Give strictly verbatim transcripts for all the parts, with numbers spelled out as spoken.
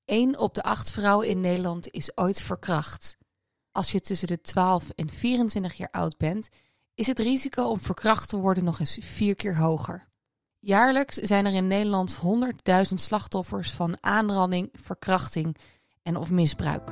één op de acht vrouwen in Nederland is ooit verkracht. Als je tussen de twaalf en vierentwintig jaar oud bent, is het risico om verkracht te worden nog eens vier keer hoger. Jaarlijks zijn er in Nederland honderdduizend slachtoffers van aanranding, verkrachting en of misbruik.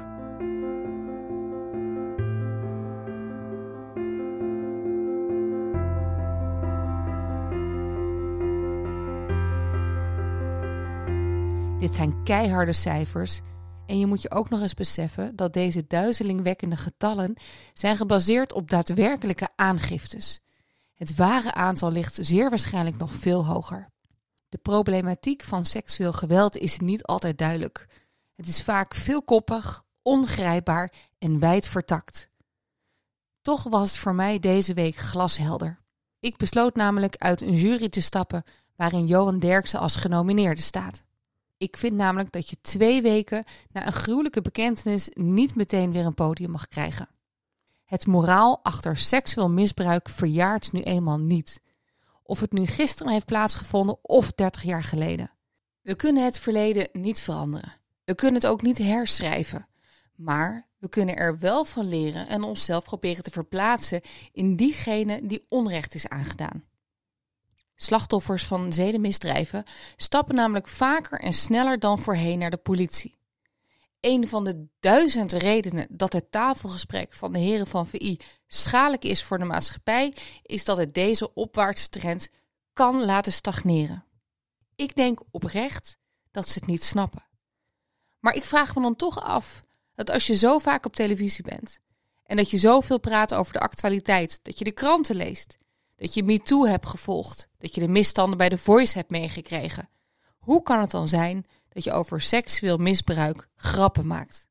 Dit zijn keiharde cijfers en je moet je ook nog eens beseffen dat deze duizelingwekkende getallen zijn gebaseerd op daadwerkelijke aangiftes. Het ware aantal ligt zeer waarschijnlijk nog veel hoger. De problematiek van seksueel geweld is niet altijd duidelijk. Het is vaak veelkoppig, ongrijpbaar en wijd vertakt. Toch was het voor mij deze week glashelder. Ik besloot namelijk uit een jury te stappen waarin Johan Derksen als genomineerde staat. Ik vind namelijk dat je twee weken na een gruwelijke bekentenis niet meteen weer een podium mag krijgen. Het moraal achter seksueel misbruik verjaart nu eenmaal niet. Of het nu gisteren heeft plaatsgevonden of dertig jaar geleden. We kunnen het verleden niet veranderen. We kunnen het ook niet herschrijven. Maar we kunnen er wel van leren en onszelf proberen te verplaatsen in diegene die onrecht is aangedaan. Slachtoffers van zedenmisdrijven stappen namelijk vaker en sneller dan voorheen naar de politie. Een van de duizend redenen dat het tafelgesprek van de heren van V I schadelijk is voor de maatschappij, is dat het deze opwaartse trend kan laten stagneren. Ik denk oprecht dat ze het niet snappen. Maar ik vraag me dan toch af dat als je zo vaak op televisie bent en dat je zoveel praat over de actualiteit, dat je de kranten leest, dat je MeToo hebt gevolgd, dat je de misstanden bij The Voice hebt meegekregen, hoe kan het dan zijn dat je over seksueel misbruik grappen maakt?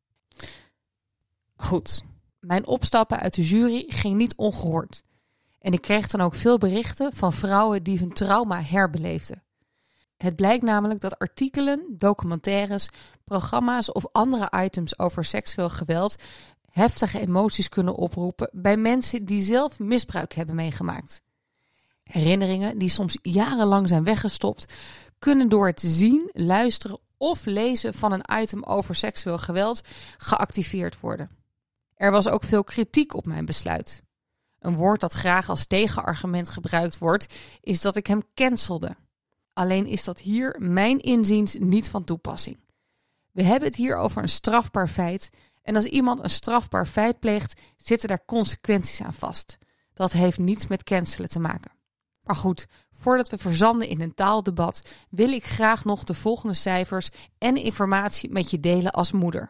Goed, mijn opstappen uit de jury ging niet ongehoord. En ik kreeg dan ook veel berichten van vrouwen die hun trauma herbeleefden. Het blijkt namelijk dat artikelen, documentaires, programma's of andere items over seksueel geweld heftige emoties kunnen oproepen bij mensen die zelf misbruik hebben meegemaakt. Herinneringen die soms jarenlang zijn weggestopt, kunnen door het zien, luisteren of lezen van een item over seksueel geweld geactiveerd worden. Er was ook veel kritiek op mijn besluit. Een woord dat graag als tegenargument gebruikt wordt, is dat ik hem cancelde. Alleen is dat hier mijn inziens niet van toepassing. We hebben het hier over een strafbaar feit en als iemand een strafbaar feit pleegt, zitten daar consequenties aan vast. Dat heeft niets met cancelen te maken. Maar goed, voordat we verzanden in een taaldebat, wil ik graag nog de volgende cijfers en informatie met je delen als moeder.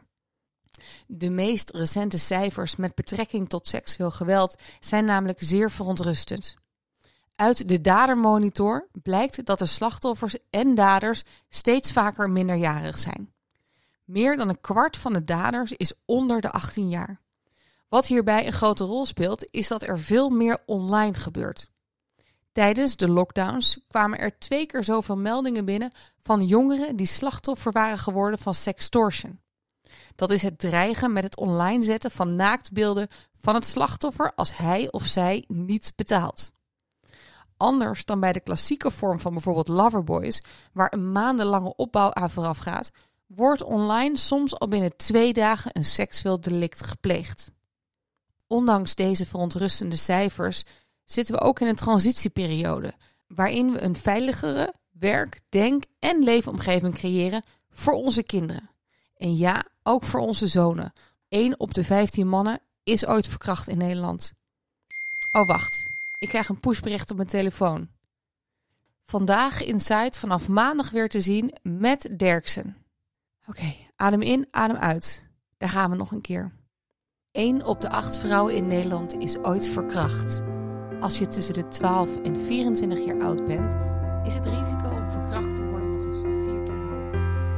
De meest recente cijfers met betrekking tot seksueel geweld zijn namelijk zeer verontrustend. Uit de dadermonitor blijkt dat de slachtoffers en daders steeds vaker minderjarig zijn. Meer dan een kwart van de daders is onder de achttien jaar. Wat hierbij een grote rol speelt, is dat er veel meer online gebeurt. Tijdens de lockdowns kwamen er twee keer zoveel meldingen binnen van jongeren die slachtoffer waren geworden van sextortion. Dat is het dreigen met het online zetten van naaktbeelden van het slachtoffer als hij of zij niet betaalt. Anders dan bij de klassieke vorm van bijvoorbeeld loverboys, waar een maandenlange opbouw aan vooraf gaat, wordt online soms al binnen twee dagen een seksueel delict gepleegd. Ondanks deze verontrustende cijfers zitten we ook in een transitieperiode, waarin we een veiligere werk-, denk- en leefomgeving creëren voor onze kinderen. En ja, ook voor onze zonen. één op de vijftien mannen is ooit verkracht in Nederland. Oh, wacht. Ik krijg een pushbericht op mijn telefoon. Vandaag Inside vanaf maandag weer te zien met Derksen. Oké, okay, adem in, adem uit. Daar gaan we nog een keer. één op de acht vrouwen in Nederland is ooit verkracht. Als je tussen de twaalf en vierentwintig jaar oud bent, is het risico om verkracht te worden nog eens vier keer hoger.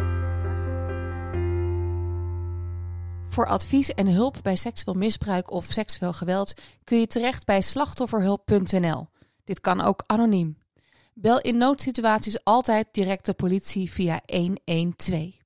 Voor advies en hulp bij seksueel misbruik of seksueel geweld kun je terecht bij slachtofferhulp punt n l. Dit kan ook anoniem. Bel in noodsituaties altijd direct de politie via honderdtwaalf.